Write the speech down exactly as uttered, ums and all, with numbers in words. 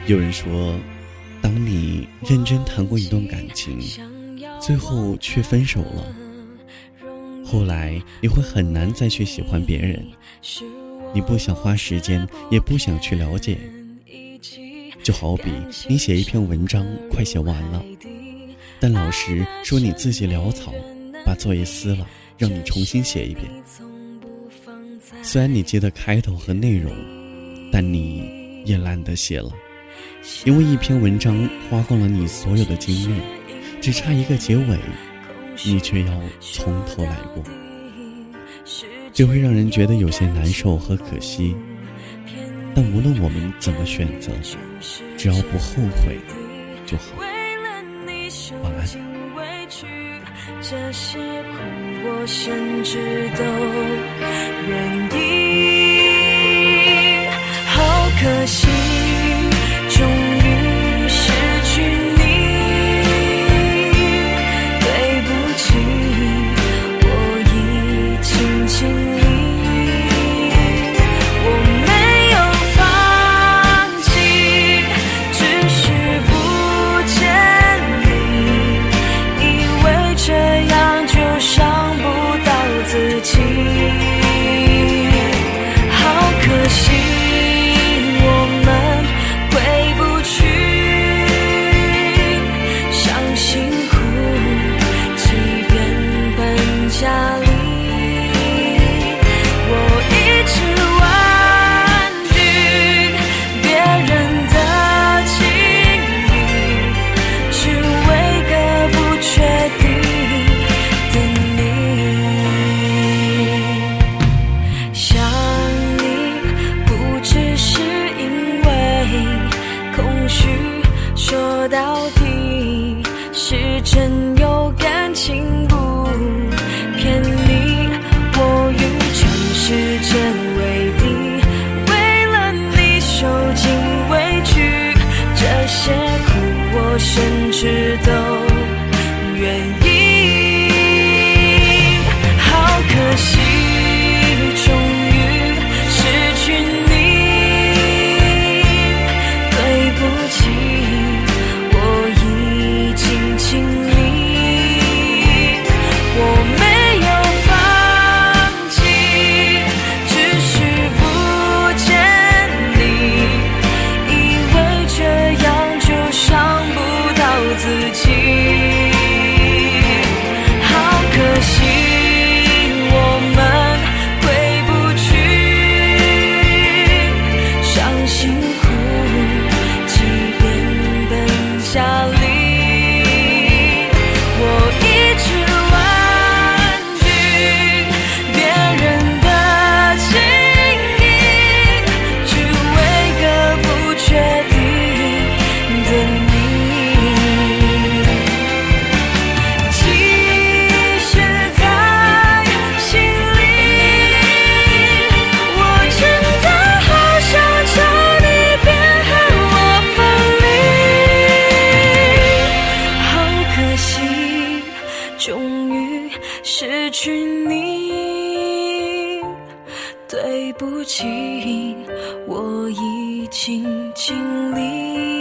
有人说，当你认真谈过一段感情，最后却分手了，后来你会很难再去喜欢别人，你不想花时间，也不想去了解。就好比你写一篇文章快写完了，但老师说你字迹潦草，把作业撕了，让你重新写一遍。虽然你记得开头和内容，但你也懒得写了，因为一篇文章花光了你所有的精力，只差一个结尾，你却要从头来过，这会让人觉得有些难受和可惜。但无论我们怎么选择，只要不后悔就好。晚安。 这些苦我甚至都愿意，好可惜终于失去你，对不起我已经尽力，我没有放弃，只是不见你，以为这样就伤不到自己，好可惜我们回不去，伤心苦，即便本家里，我一直婉拒别人的情意，只为个不确定的你。想你不只是因为空虚，说到底是真有感情不骗你，我与全世界为敌，为了你受尽委屈，这些苦我甚至都愿意，好可惜终于失去你，对不起我已经尽力，我没有放弃，只是不见你，以为这样就伤不到自己，好可惜我们回不去，伤心苦，即便本家里，我一直婉拒别人的情意，只为个不确定的你，积雪在心里，我真的好想求你别和我分离，好可惜终于失去你，对不起我已经尽力。